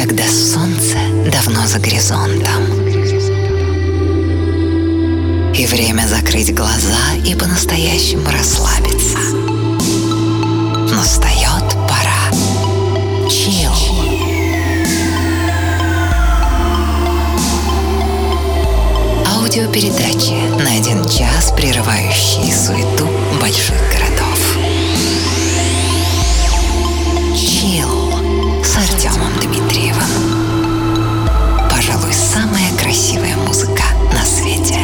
когда солнце давно за горизонтом. И время закрыть глаза и по-настоящему расслабиться. Настает пора. Чил. Аудиопередачи на 1 час, прерывающие суету больших городов. Чил с Артемом Дмитриевым. Пожалуй, самая красивая музыка на свете.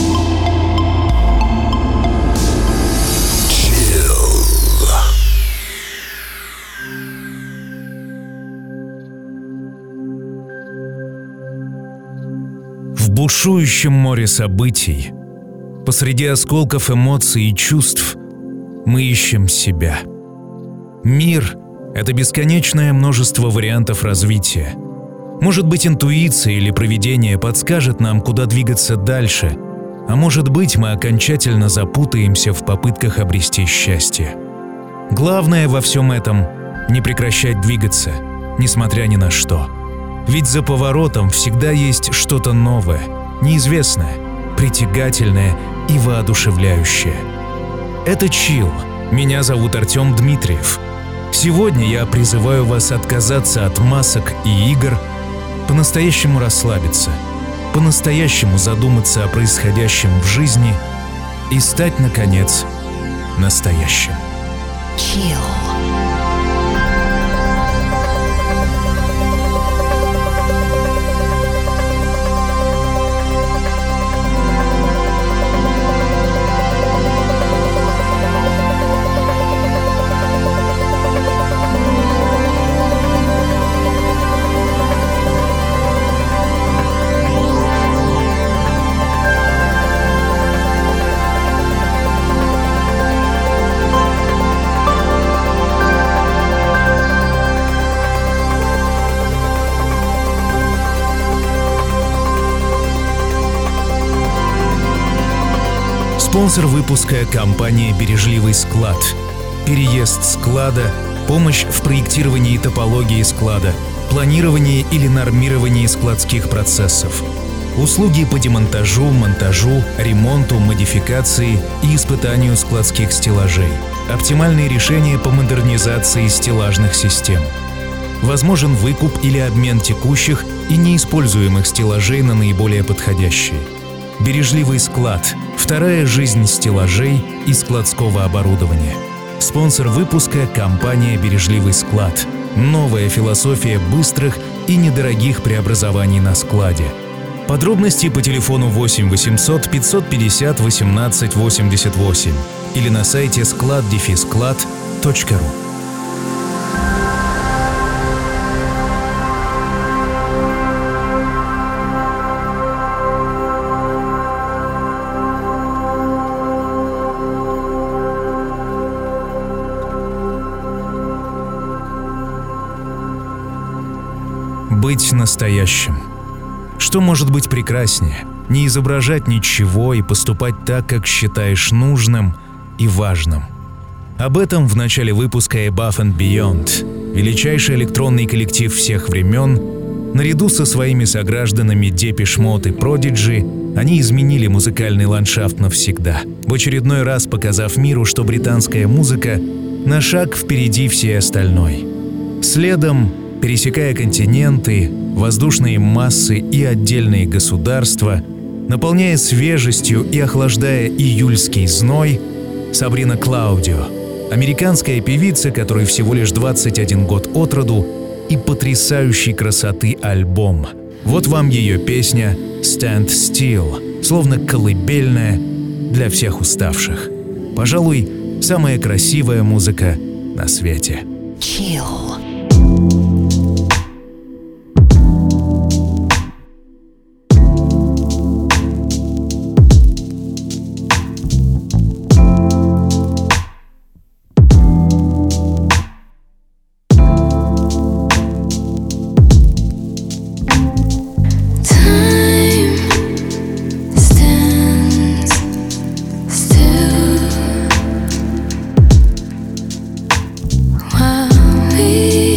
В бушующем море событий, посреди осколков эмоций и чувств, мы ищем себя. Мир — это бесконечное множество вариантов развития. Может быть, интуиция или провидение подскажет нам, куда двигаться дальше, а может быть, мы окончательно запутаемся в попытках обрести счастье. Главное во всем этом — не прекращать двигаться, несмотря ни на что. Ведь за поворотом всегда есть что-то новое, неизвестное, притягательное и воодушевляющее. Это Чил. Меня зовут Артем Дмитриев. Сегодня я призываю вас отказаться от масок и игр, по-настоящему расслабиться, по-настоящему задуматься о происходящем в жизни и стать, наконец, настоящим. Чил. Спонсор выпуска – компания «Бережливый склад». Переезд склада, помощь в проектировании и топологии склада, планировании или нормировании складских процессов. Услуги по демонтажу, монтажу, ремонту, модификации и испытанию складских стеллажей. Оптимальные решения по модернизации стеллажных систем. Возможен выкуп или обмен текущих и неиспользуемых стеллажей на наиболее подходящие. «Бережливый склад» — вторая жизнь стеллажей и складского оборудования. Спонсор выпуска — компания «Бережливый склад». Новая философия быстрых и недорогих преобразований на складе. Подробности по телефону 8 800 550 18 88 или на сайте sklad-sklad.ru. Быть настоящим. Что может быть прекраснее? Не изображать ничего и поступать так, как считаешь нужным и важным. Об этом в начале выпуска Above and Beyond. Величайший электронный коллектив всех времен, наряду со своими согражданами Depeche Mode и Prodigy, они изменили музыкальный ландшафт навсегда, в очередной раз показав миру, что британская музыка на шаг впереди всей остальной. Следом, пересекая континенты, воздушные массы и отдельные государства, наполняя свежестью и охлаждая июльский зной, Сабрина Клаудио, американская певица, которой всего лишь 21 год от роду, и потрясающей красоты альбом. Вот вам ее песня «Stand Still», словно колыбельная для всех уставших. Пожалуй, самая красивая музыка на свете. Чил. We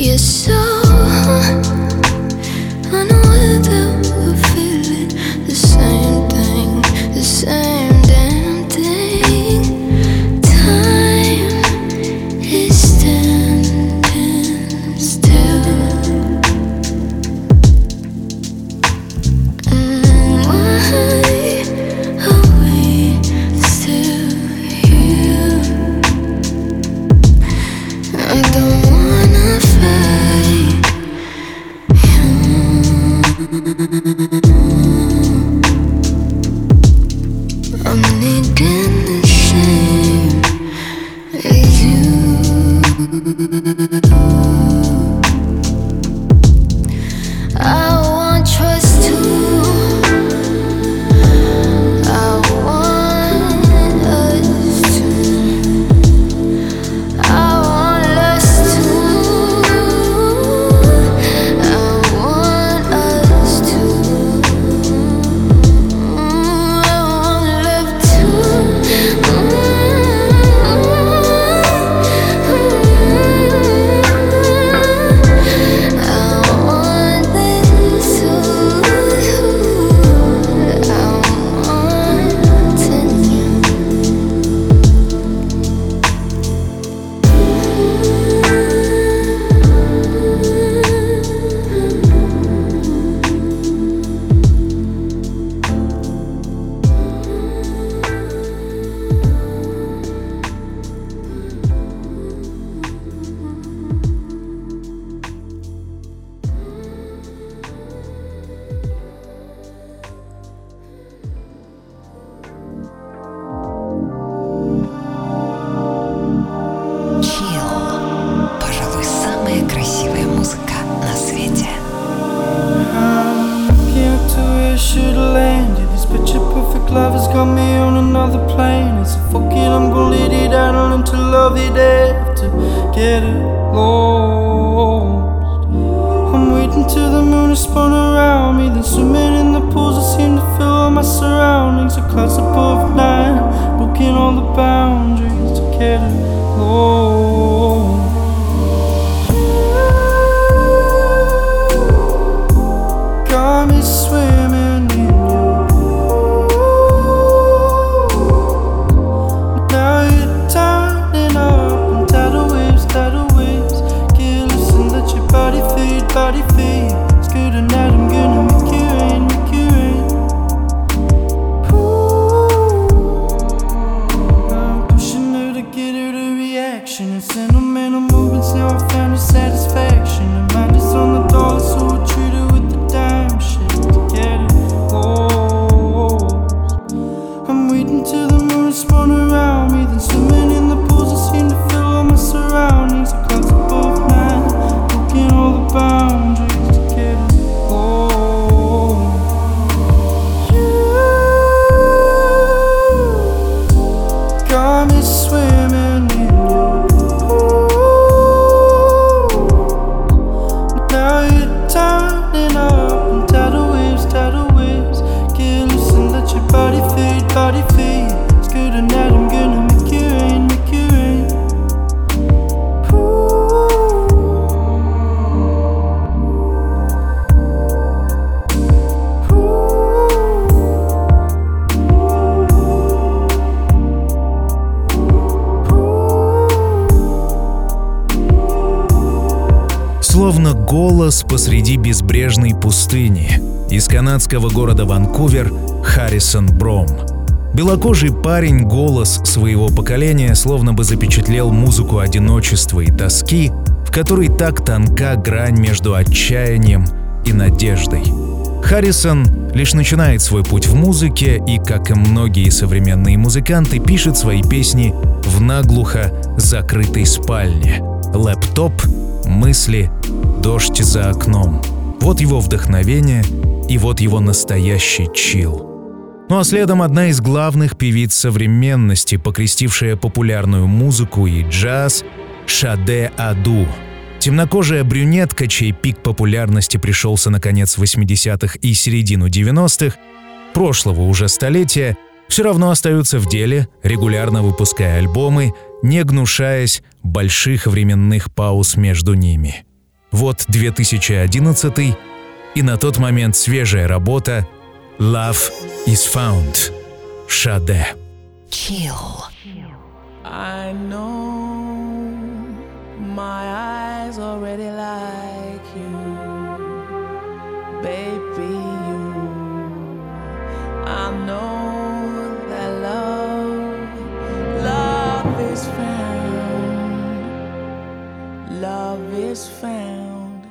You're so unaware that we're feeling the same thing, the same damn thing. Time is standing still. Why are we still here? I don't wanna fight you. I'm needing the same as you. I want trust too. I want us to. I want lust too. I want us to. I want love too. I want this too. I want you. Chill. Пожалуй, самая красивая музыка на свете. I'm looking to where I should have landed. This picture perfect love has got me on another plane. So fuck it, I'm gonna let it out and learn to love it after get it lost. I'm waiting till the moon is spun around me, then swimming in the pools that seem to fill all my surroundings. A clouds above night, broken all the boundaries to get it lost. Got me swimming in you. Now you're turning up and tidal waves, get loose and let your body fade, It's good and night, I'm gonna make you rain, Ooh, I'm pushing her to get her the reaction and sentimental movements. Now I found the satisfaction. The mind is on the dollar, so I treat her with the dime shit to get it lost. I'm waiting till the moon is spun around me, then swimming in the pools that seem to fill all my surroundings. The clouds above night, broken all the boundaries to get it lost. You got me swimming in you. Now you're turning up and tidal waves, get loose and let your body fade, It's good and night, I'm gonna make you rain, Словно голос посреди безбрежной пустыни. Из канадского города Ванкувер Харрисон Бром. Белокожий парень, голос своего поколения, словно бы запечатлел музыку одиночества и тоски, в которой так тонка грань между отчаянием и надеждой. Харрисон лишь начинает свой путь в музыке и, как и многие современные музыканты, пишет свои песни в наглухо закрытой спальне. Лэптоп, мысли, дождь за окном. Вот его вдохновение и вот его настоящий чилл. Ну а следом одна из главных певиц современности, покрестившая популярную музыку и джаз, Шаде Аду. Темнокожая брюнетка, чей пик популярности пришелся на конец 80-х и середину 90-х, прошлого уже столетия, все равно остаются в деле, регулярно выпуская альбомы, не гнушаясь больших временных пауз между ними. Вот 2011 и на тот момент свежая работа «Love is Found» Шаде. Chill. I know my eyes already like you, baby. You, I know that love is found, love is found.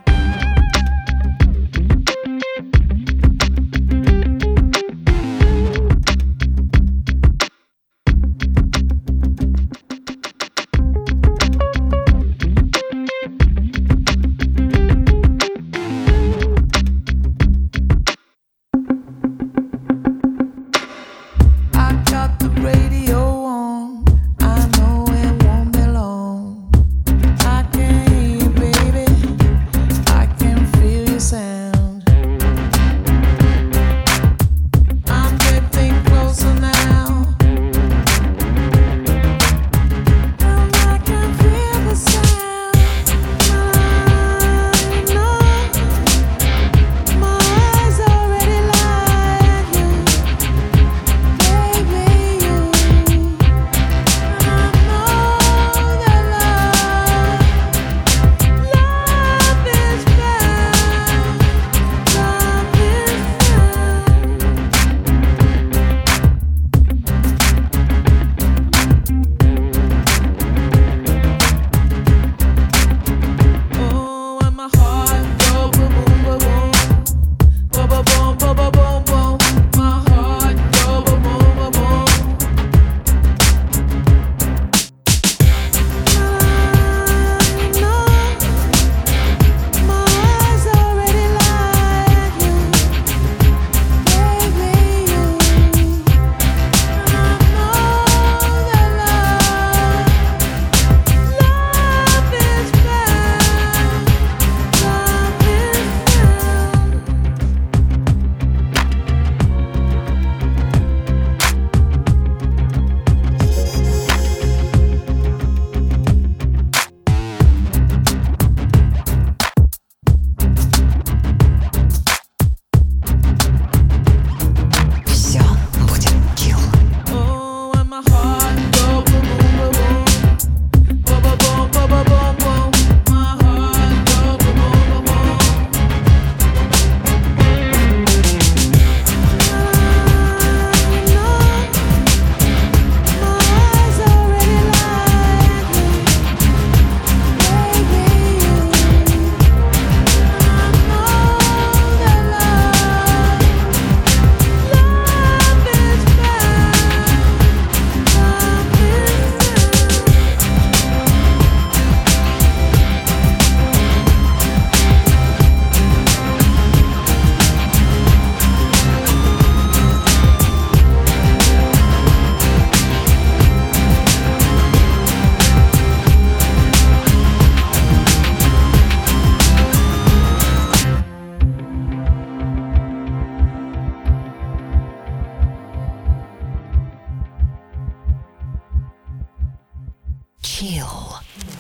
Chill.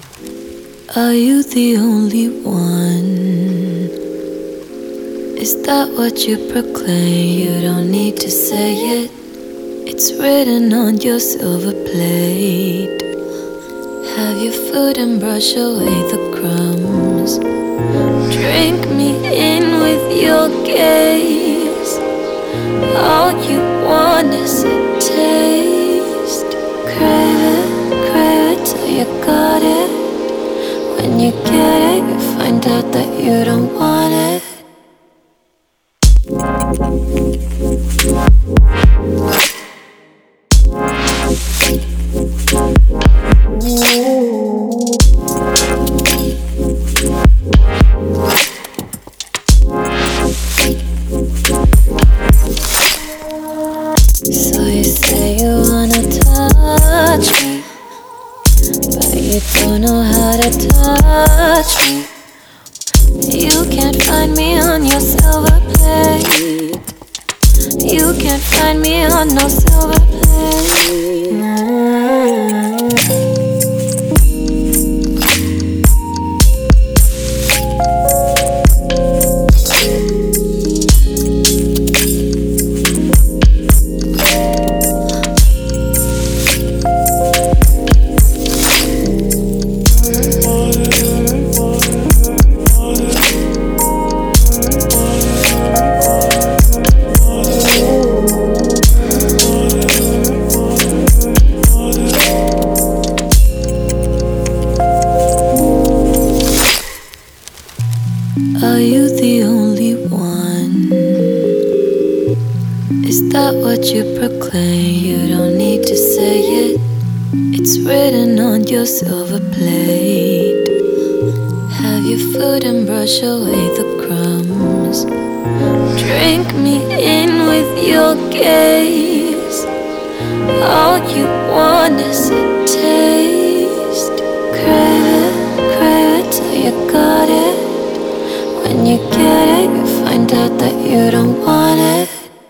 Are you the only one? Is that what you proclaim? You don't need to say it. It's written on your silver plate. Have your food and brush away the crumbs. Drink me in with your gaze. All you want is a taste. Crave it till you got it. When you get it, you find out that you don't want it. So you say you wanna touch me, but you don't know how to touch me. You can't find me on your silver plate. You can't find me on no silver plate. Are you the only one? Is that what you proclaim? You don't need to say it. It's written on your silver plate. Have your food and brush away the crumbs. Drink me in with your gaze. All you want is a taste. Crave it till you got it. When you get it, you find out that you don't want it.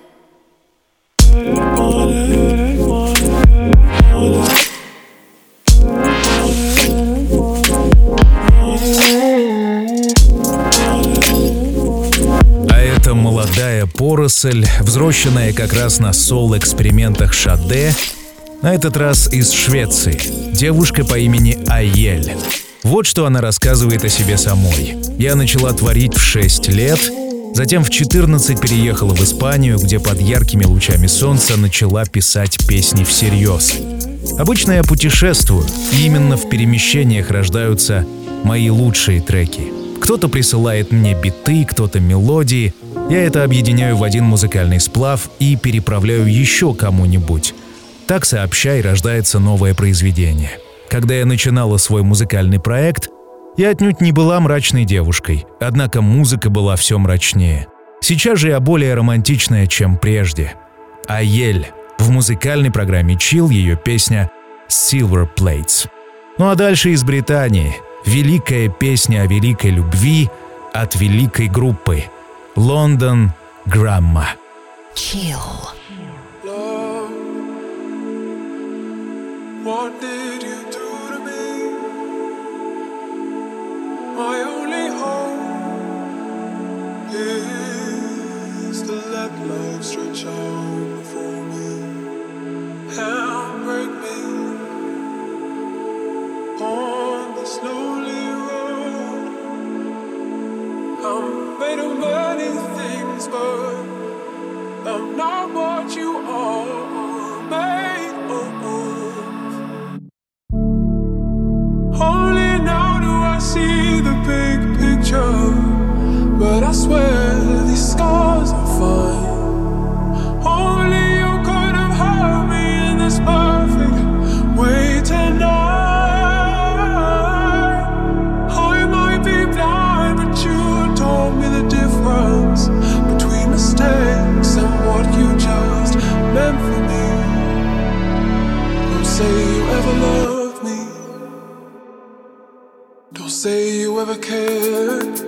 Молодая поросль, взросшенная как раз на сол-экспериментах Шаде, на этот раз из Швеции, девушка по имени Айель. Вот что она рассказывает о себе самой. «Я начала творить в 6 лет, затем в 14 переехала в Испанию, где под яркими лучами солнца начала писать песни всерьез. Обычно я путешествую, и именно в перемещениях рождаются мои лучшие треки. Кто-то присылает мне биты, кто-то мелодии. Я это объединяю в один музыкальный сплав и переправляю еще кому-нибудь. Так сообща и рождается новое произведение. Когда я начинала свой музыкальный проект, я отнюдь не была мрачной девушкой, однако музыка была все мрачнее. Сейчас же я более романтичная, чем прежде». Айель. В музыкальной программе Chill ее песня «Silver Plates». Ну а дальше из Британии. Великая песня о великой любви от великой группы London Grammar. Chill. Love, what did you do to me? My only hope is to let love stretch out before me and break me on this lonely road. I'm made of many things, but I'm not what you are made of. Only now do I see the big picture, but I swear these scars are fine. Only you could have hurt me in this perfect way tonight. I might be blind, but you told me the difference between mistakes and what you just meant for me. Don't say you ever loved me. Don't say you ever cared.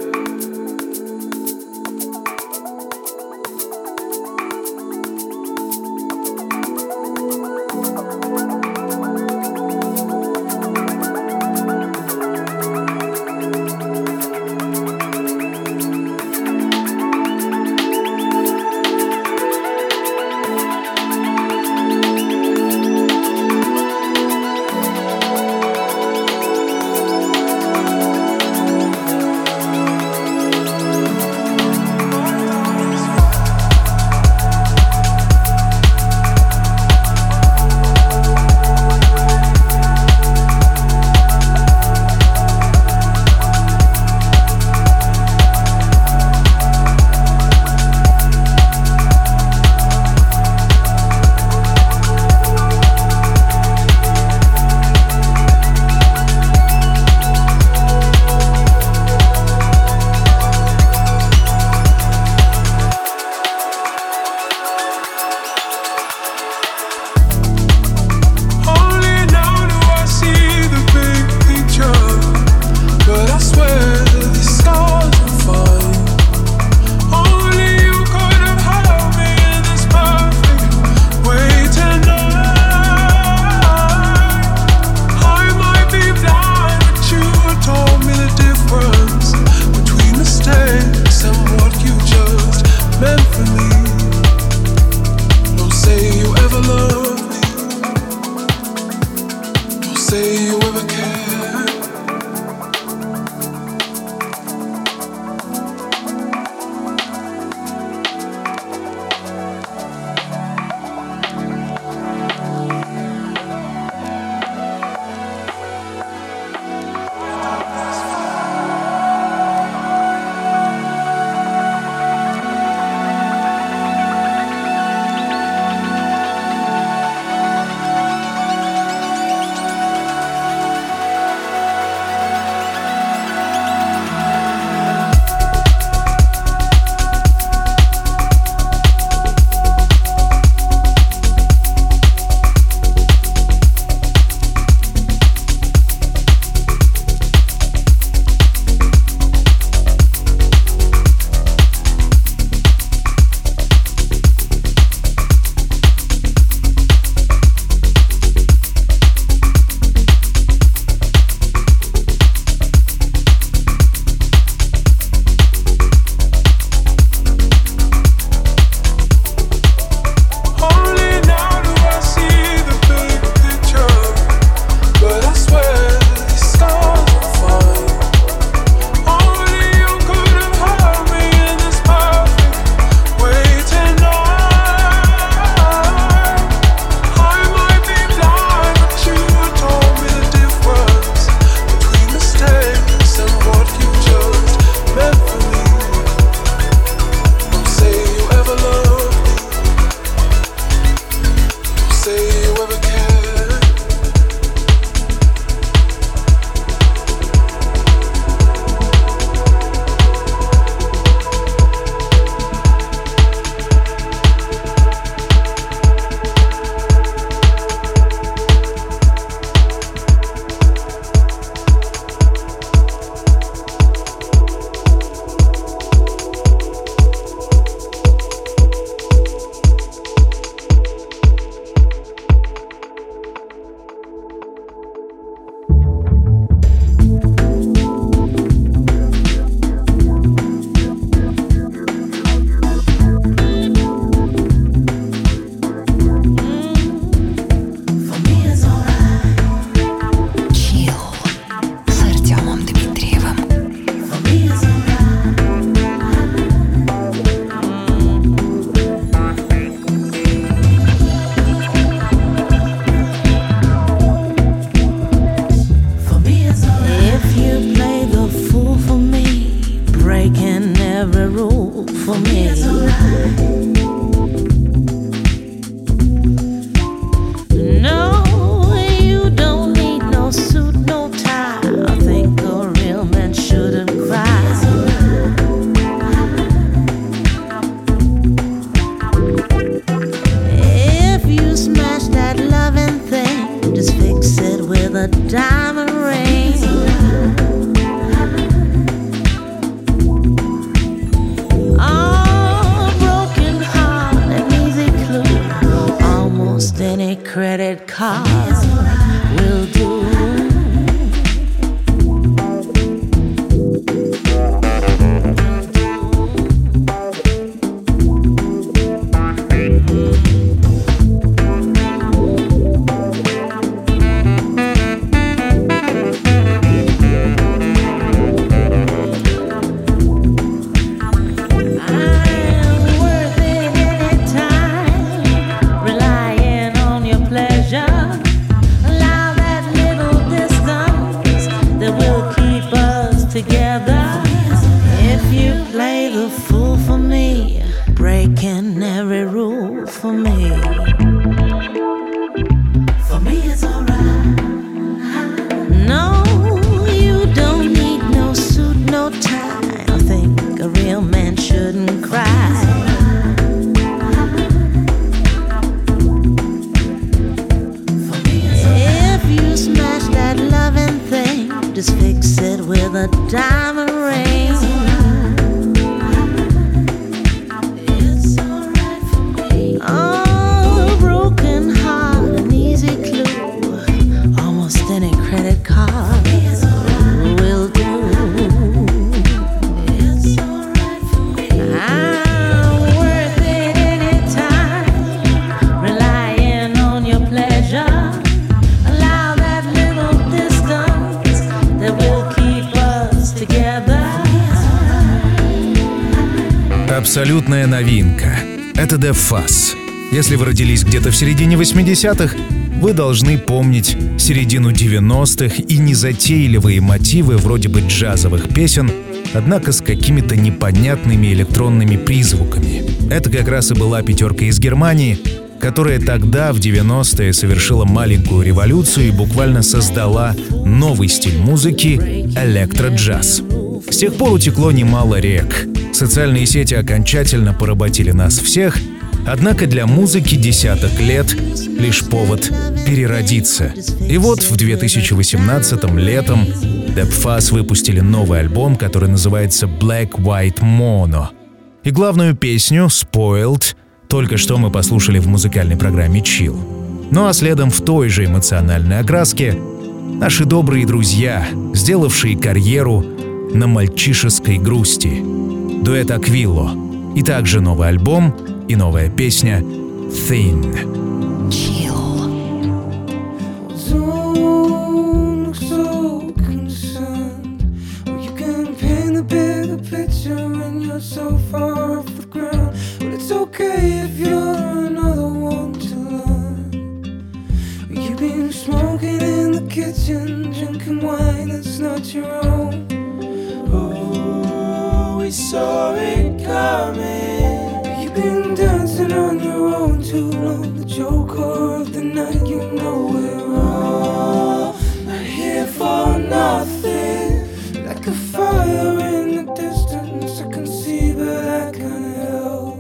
for me. No, you don't need no suit, no tie. I think a real man shouldn't cry. If you smash that loving thing, just fix it with a diamond ring. Any credit card will do. Together, if you play the fool for me, breaking every rule for me. For me it's alright. No, you don't need no suit, no tie. I think a real man shouldn't cry. If you smash that loving thing, just fix it with a diamond ring. It's alright for me. Oh, broken heart, an easy clue. Almost any credit card will do. It's alright for me. I'm worth it anytime. Relying on your pleasure. Allow that little distance that will keep us together. Абсолютная новинка. Это Def Fuzz. Если вы родились где-то в середине 80-х, вы должны помнить середину 90-х и незатейливые мотивы вроде бы джазовых песен, однако с какими-то непонятными электронными призвуками. Это как раз и была пятерка из Германии, которая тогда, в 90-е, совершила маленькую революцию и буквально создала новый стиль музыки — электроджаз. С тех пор утекло немало рек. Социальные сети окончательно поработили нас всех, однако для музыки десяток лет — лишь повод переродиться. И вот в 2018-м летом Def Fuzz выпустили новый альбом, который называется Black White Mono. И главную песню «Spoiled» только что мы послушали в музыкальной программе Chill. Ну а следом в той же эмоциональной окраске наши добрые друзья, сделавшие карьеру на мальчишеской грусти. Дуэт Аквило. И также новый альбом и новая песня «Thin». Chill. Don't look so concerned. You can paint the bigger picture when you're so far off the ground. But it's okay if you're another one to learn. You've been smoking in the kitchen, drinking wine that's not your own. Oh, we saw it coming. You've been dancing on your own too long. The joker of the night, you know we're all not here for nothing. Like a fire in the distance, I can see but I can't help.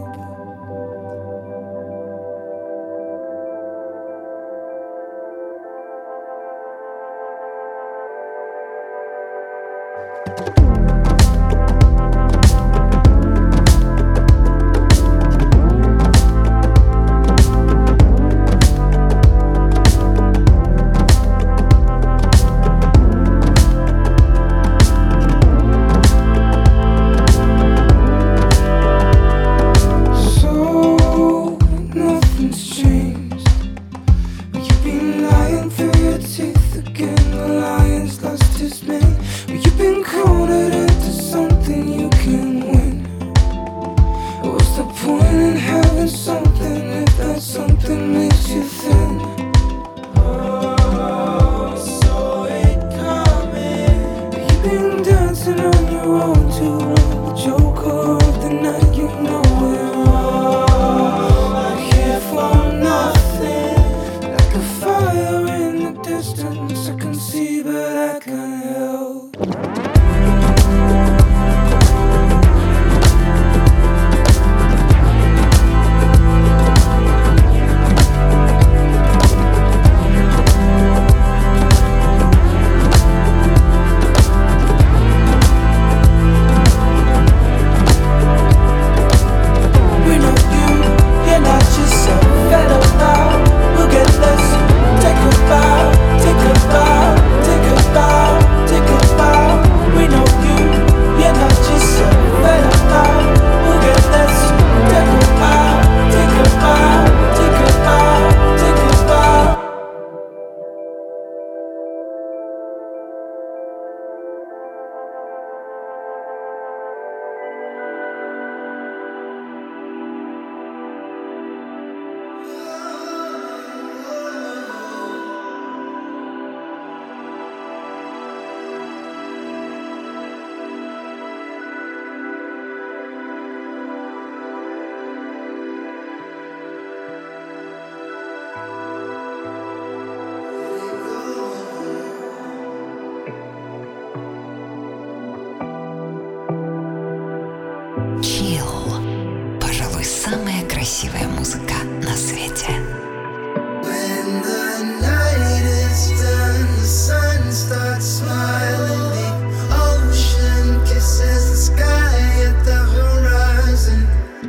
Dancing on your own too long, the joker of the night, you know. красивая музыка на свете. When the night is done, the sun starts smiling. The ocean kisses the sky at the horizon.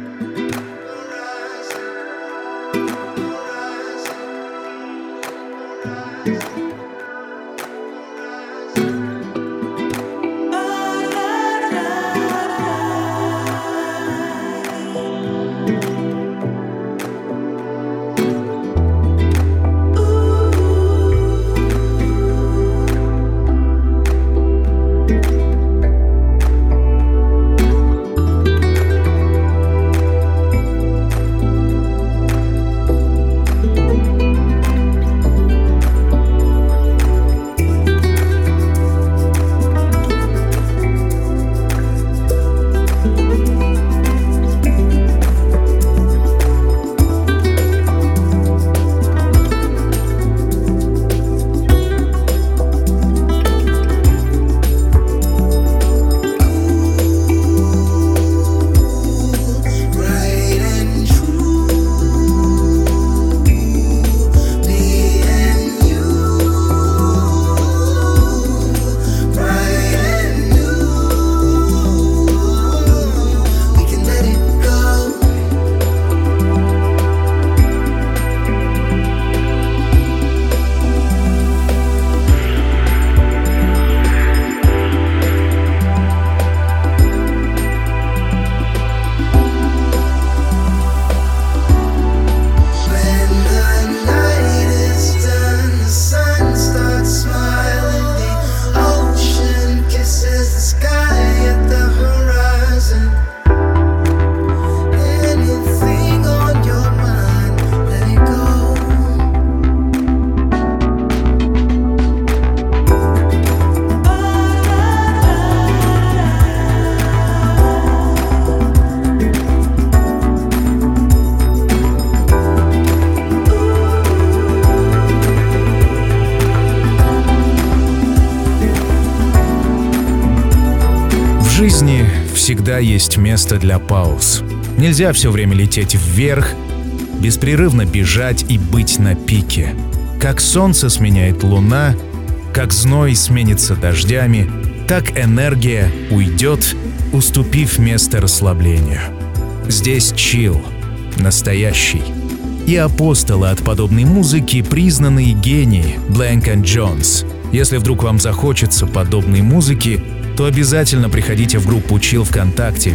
В жизни всегда есть место для пауз. Нельзя все время лететь вверх, беспрерывно бежать и быть на пике. Как солнце сменяет луна, как зной сменится дождями, так энергия уйдет, уступив место расслаблению. Здесь чилл, настоящий. И апостолы от подобной музыки — признанные гении Blank & Jones. Если вдруг вам захочется подобной музыки, то обязательно приходите в группу Chill ВКонтакте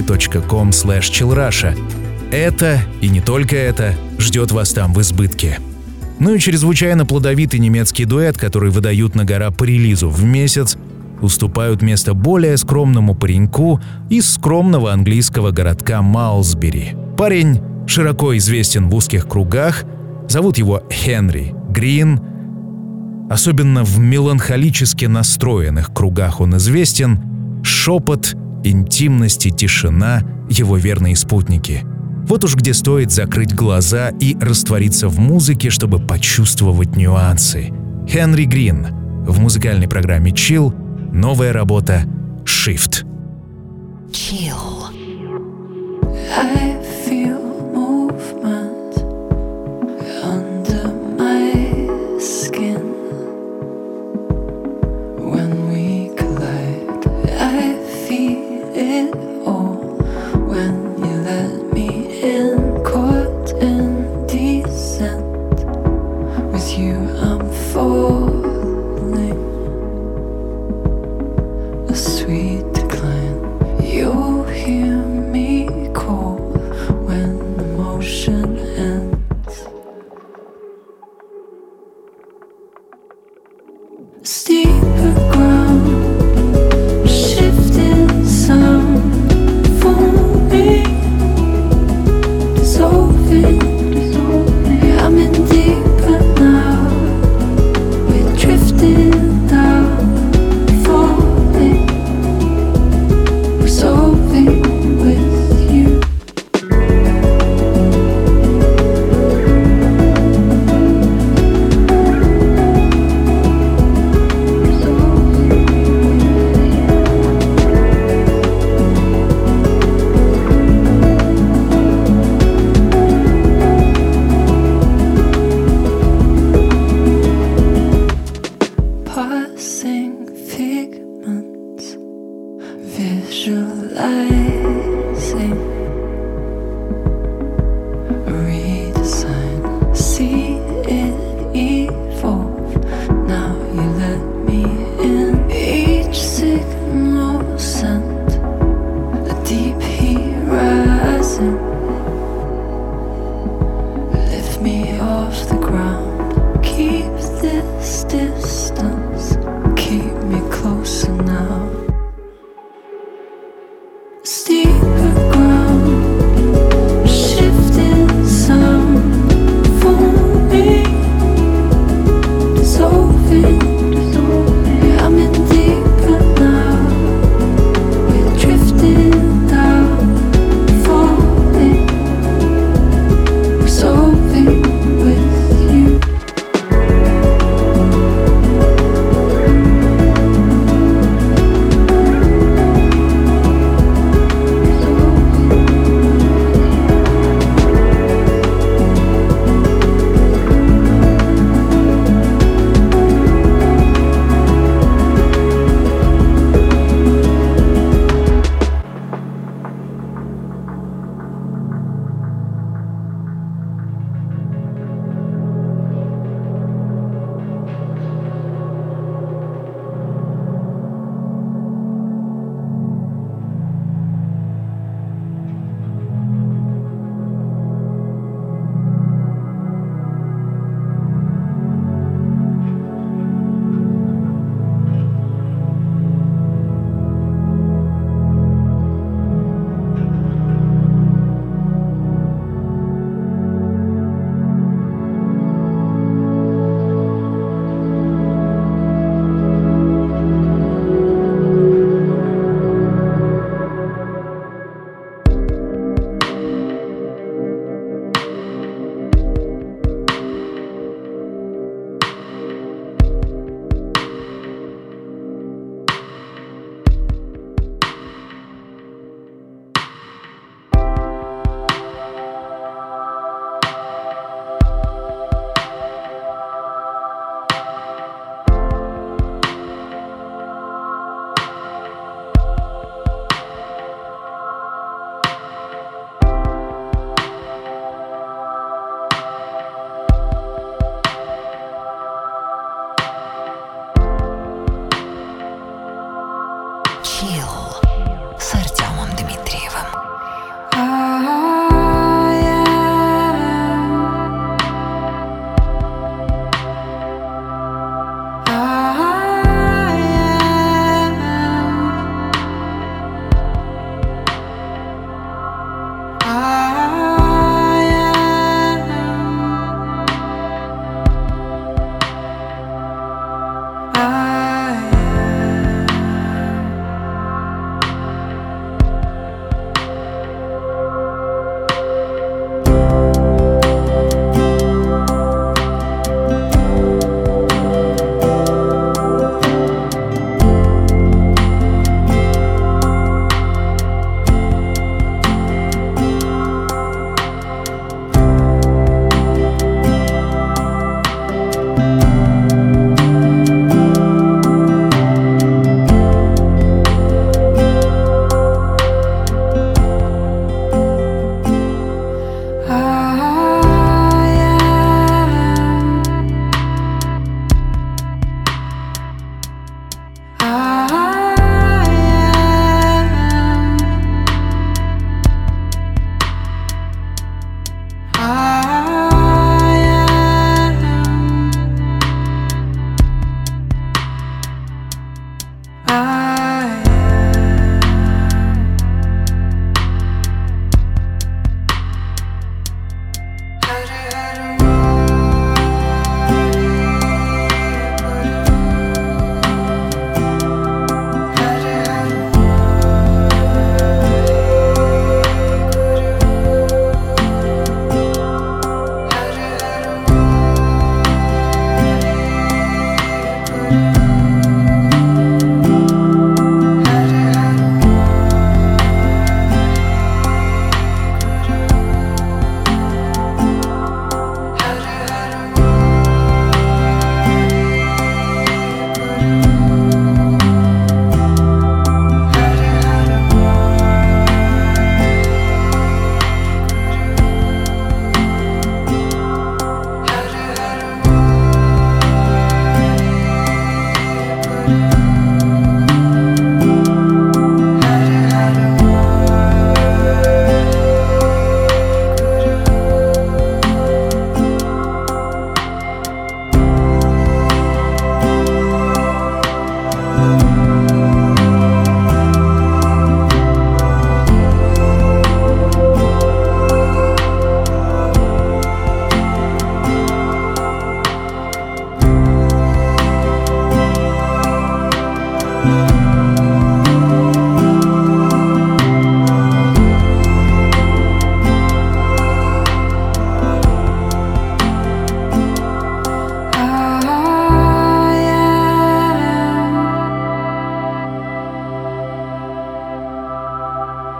vk.com/chillrusha. Это, и не только это, ждет вас там в избытке. Ну и чрезвычайно плодовитый немецкий дуэт, который выдают на гора по релизу в месяц, уступают место более скромному пареньку из скромного английского городка Малсбери. Парень широко известен в узких кругах, зовут его Хенри Грин. Особенно в меланхолически настроенных кругах он известен. Шепот, интимность и тишина — его верные спутники. Вот уж где стоит закрыть глаза и раствориться в музыке, чтобы почувствовать нюансы. Хенри Грин в музыкальной программе Chill, новая работа Shift. Chill. I feel movement under my skin. When we collide, I feel it all. When you let me in, caught in descent. With you I'm falling. A sweet decline. You'll hear me call when the motion ends. Steeper ground, shifting sound, foaming, dissolving. I'm in deeper now. We're drifting down, falling. visualizing redesign, see it evolve. Now you let me in. Each signal sent, a deep heat rising. Lift me off the ground, keep this distance, keep me closer now. Steeper ground.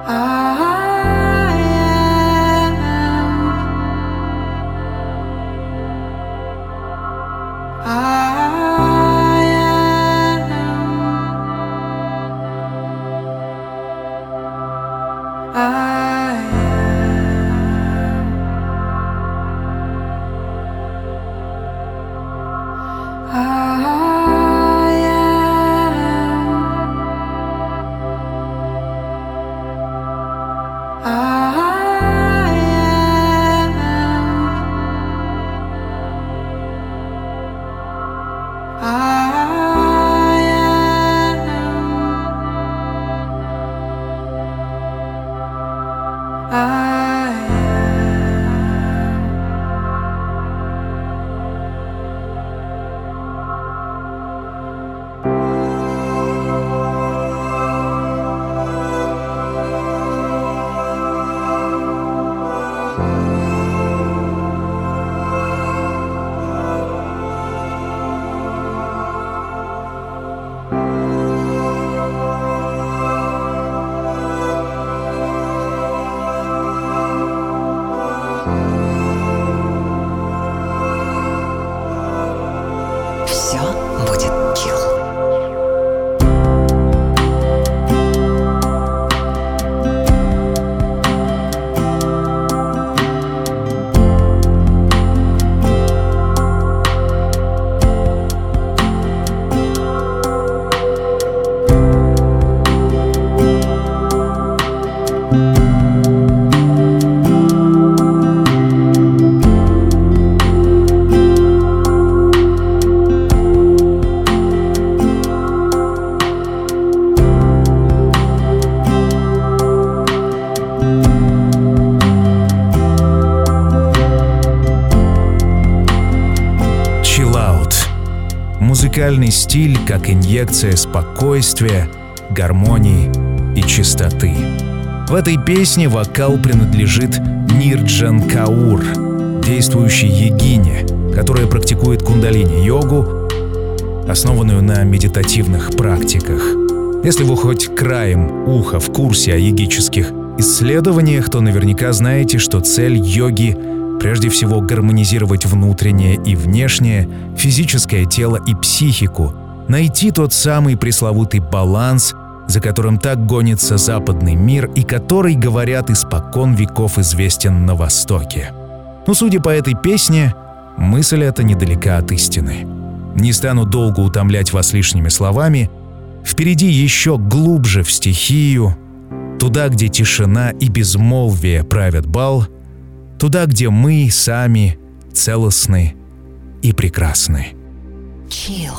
Музыкальный стиль как инъекция спокойствия, гармонии и чистоты. В этой песне вокал принадлежит Нирджан Каур, действующей йогине, которая практикует кундалини-йогу, основанную на медитативных практиках. Если вы хоть краем уха в курсе о йогических исследованиях, то наверняка знаете, что цель йоги прежде всего гармонизировать внутреннее и внешнее, физическое тело и психику, найти тот самый пресловутый баланс, за которым так гонится западный мир и который, говорят, испокон веков известен на Востоке. Но, судя по этой песне, мысль эта недалека от истины. Не стану долго утомлять вас лишними словами. Впереди еще глубже в стихию, туда, где тишина и безмолвие правят бал, туда, где мы сами целостны и прекрасны. Chill.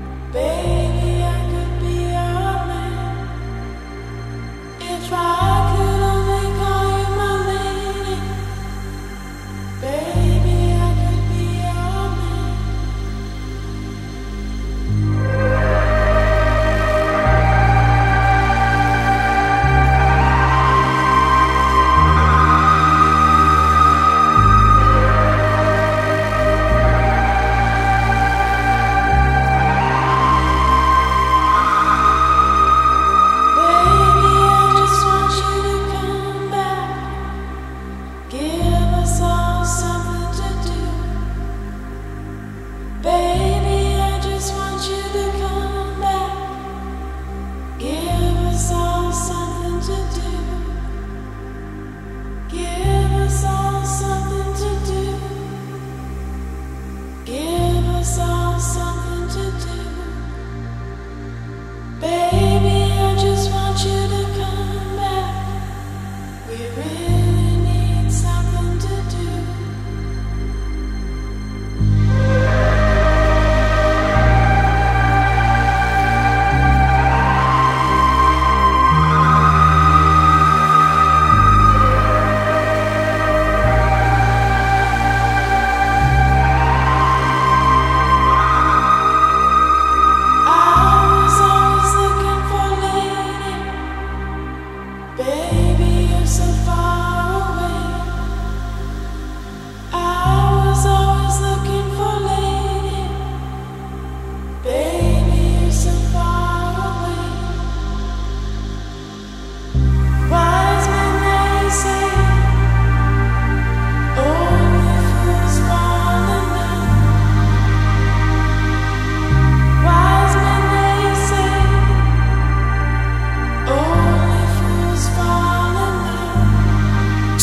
If I could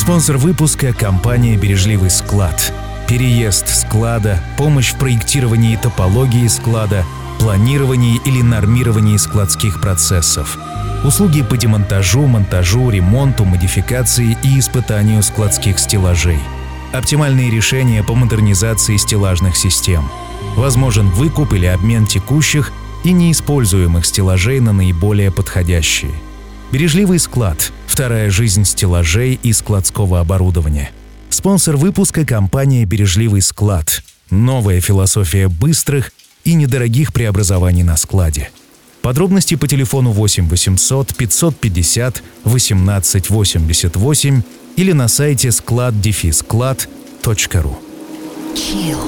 Спонсор выпуска – компания «Бережливый склад». Переезд склада, помощь в проектировании и топологии склада, планировании или нормировании складских процессов, услуги по демонтажу, монтажу, ремонту, модификации и испытанию складских стеллажей, оптимальные решения по модернизации стеллажных систем. Возможен выкуп или обмен текущих и неиспользуемых стеллажей на наиболее подходящие. «Бережливый склад» – вторая жизнь стеллажей и складского оборудования. Спонсор выпуска – компания «Бережливый склад». Новая философия быстрых и недорогих преобразований на складе. Подробности по телефону 8 800 550 18 88 или на сайте sklad-sklad.ru. Chill.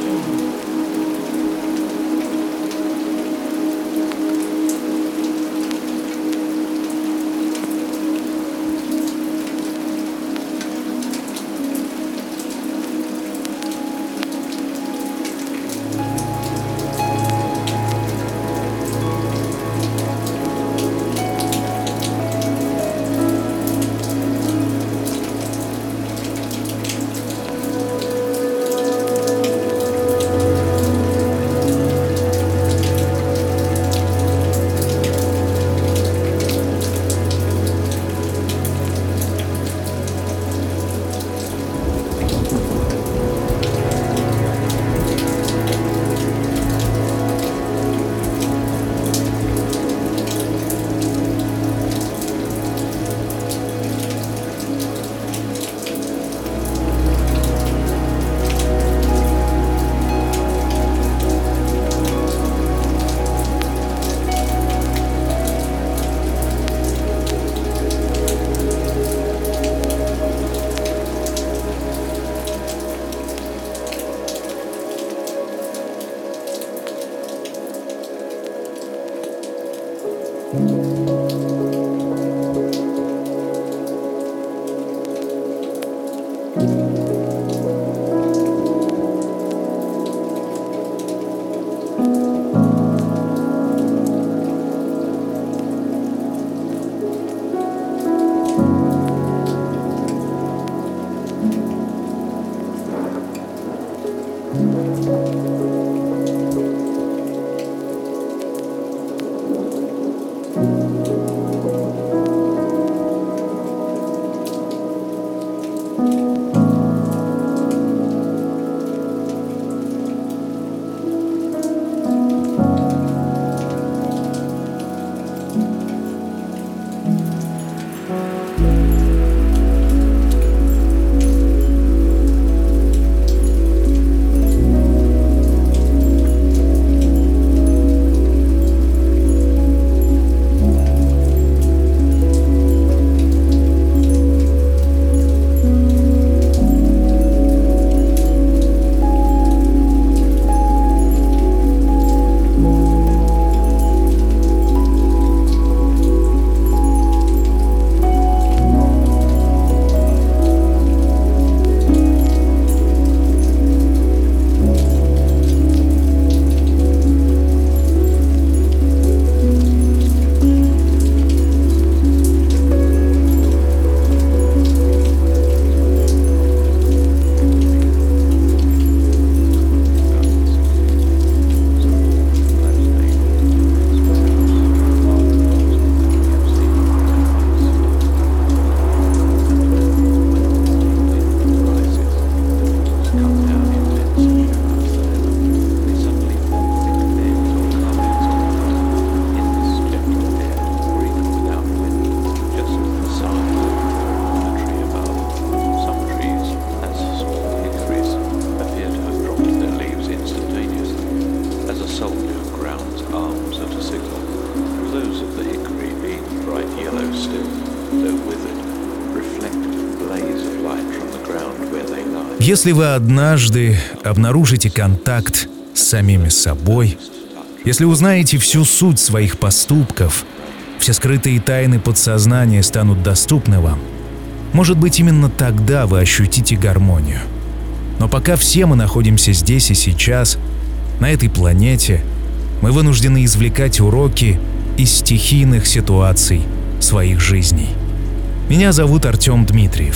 Если вы однажды обнаружите контакт с самими собой, если узнаете всю суть своих поступков, все скрытые тайны подсознания станут доступны вам, может быть, именно тогда вы ощутите гармонию. Но пока все мы находимся здесь и сейчас, на этой планете, мы вынуждены извлекать уроки из стихийных ситуаций своих жизней. Меня зовут Артем Дмитриев.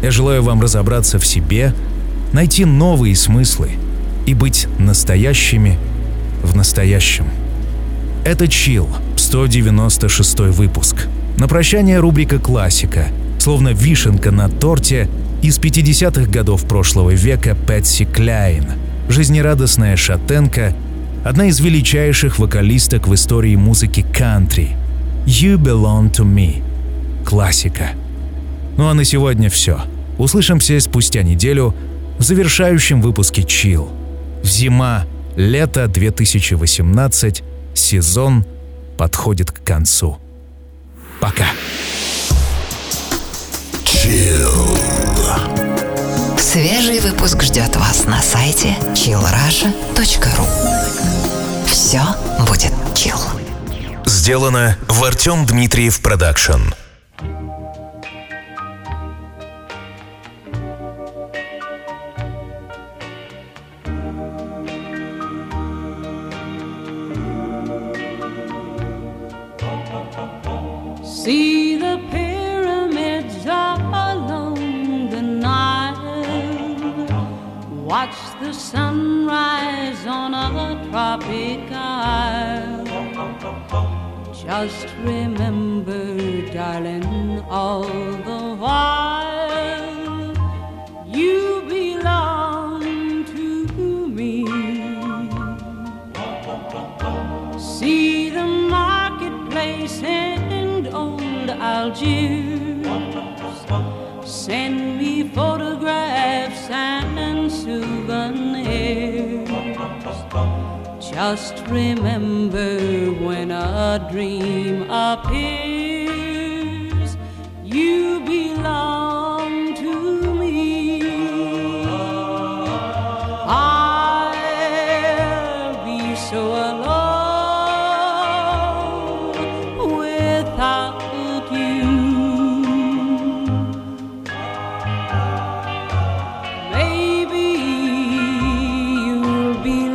Я желаю вам разобраться в себе, найти новые смыслы и быть настоящими в настоящем. Это Chill, 196 выпуск. На прощание рубрика «Классика», словно вишенка на торте из 50-х годов прошлого века Пэтси Кляйн, жизнерадостная шатенка, одна из величайших вокалисток в истории музыки кантри. «You Belong to Me» — классика. Ну а на сегодня все. Услышимся спустя неделю в завершающем выпуске Chill. Зима, лето 2018, сезон подходит к концу. Пока. Chill. Свежий выпуск ждет вас на сайте chillrusha.ru. Все будет chill. Сделано в Артем Дмитриев Продакшн. See the pyramids along the Nile. Watch the sunrise on a tropic isle. Just remember, darling, all the while you belong to me. See the marketplace in old Algiers. Send me photographs and souvenirs. Just remember, when a dream appears, you belong to me. I'll be so alone without you. Maybe you'll be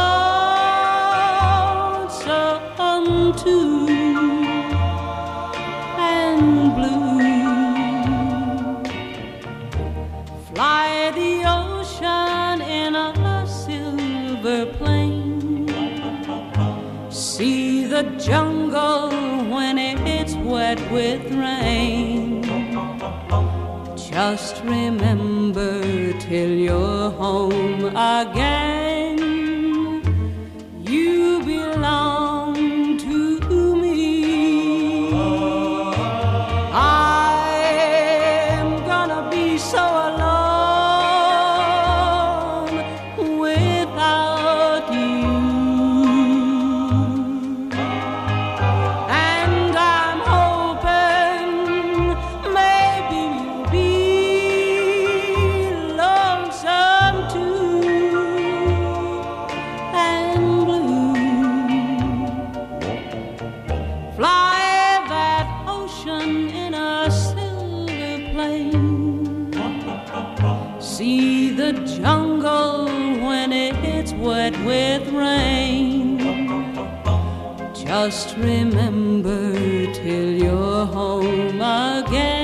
lonesome too, and blue. Fly the ocean in a silver plane. See the jungle when it's wet with rain. Just remember, till you're home again, you belong to me. I'm gonna be so alone without you. And I'm hoping maybe you'll be lonesome too, and blue. Fly that ocean in a silver plane. See the jungle when it's wet with rain. Just remember, till you're home again,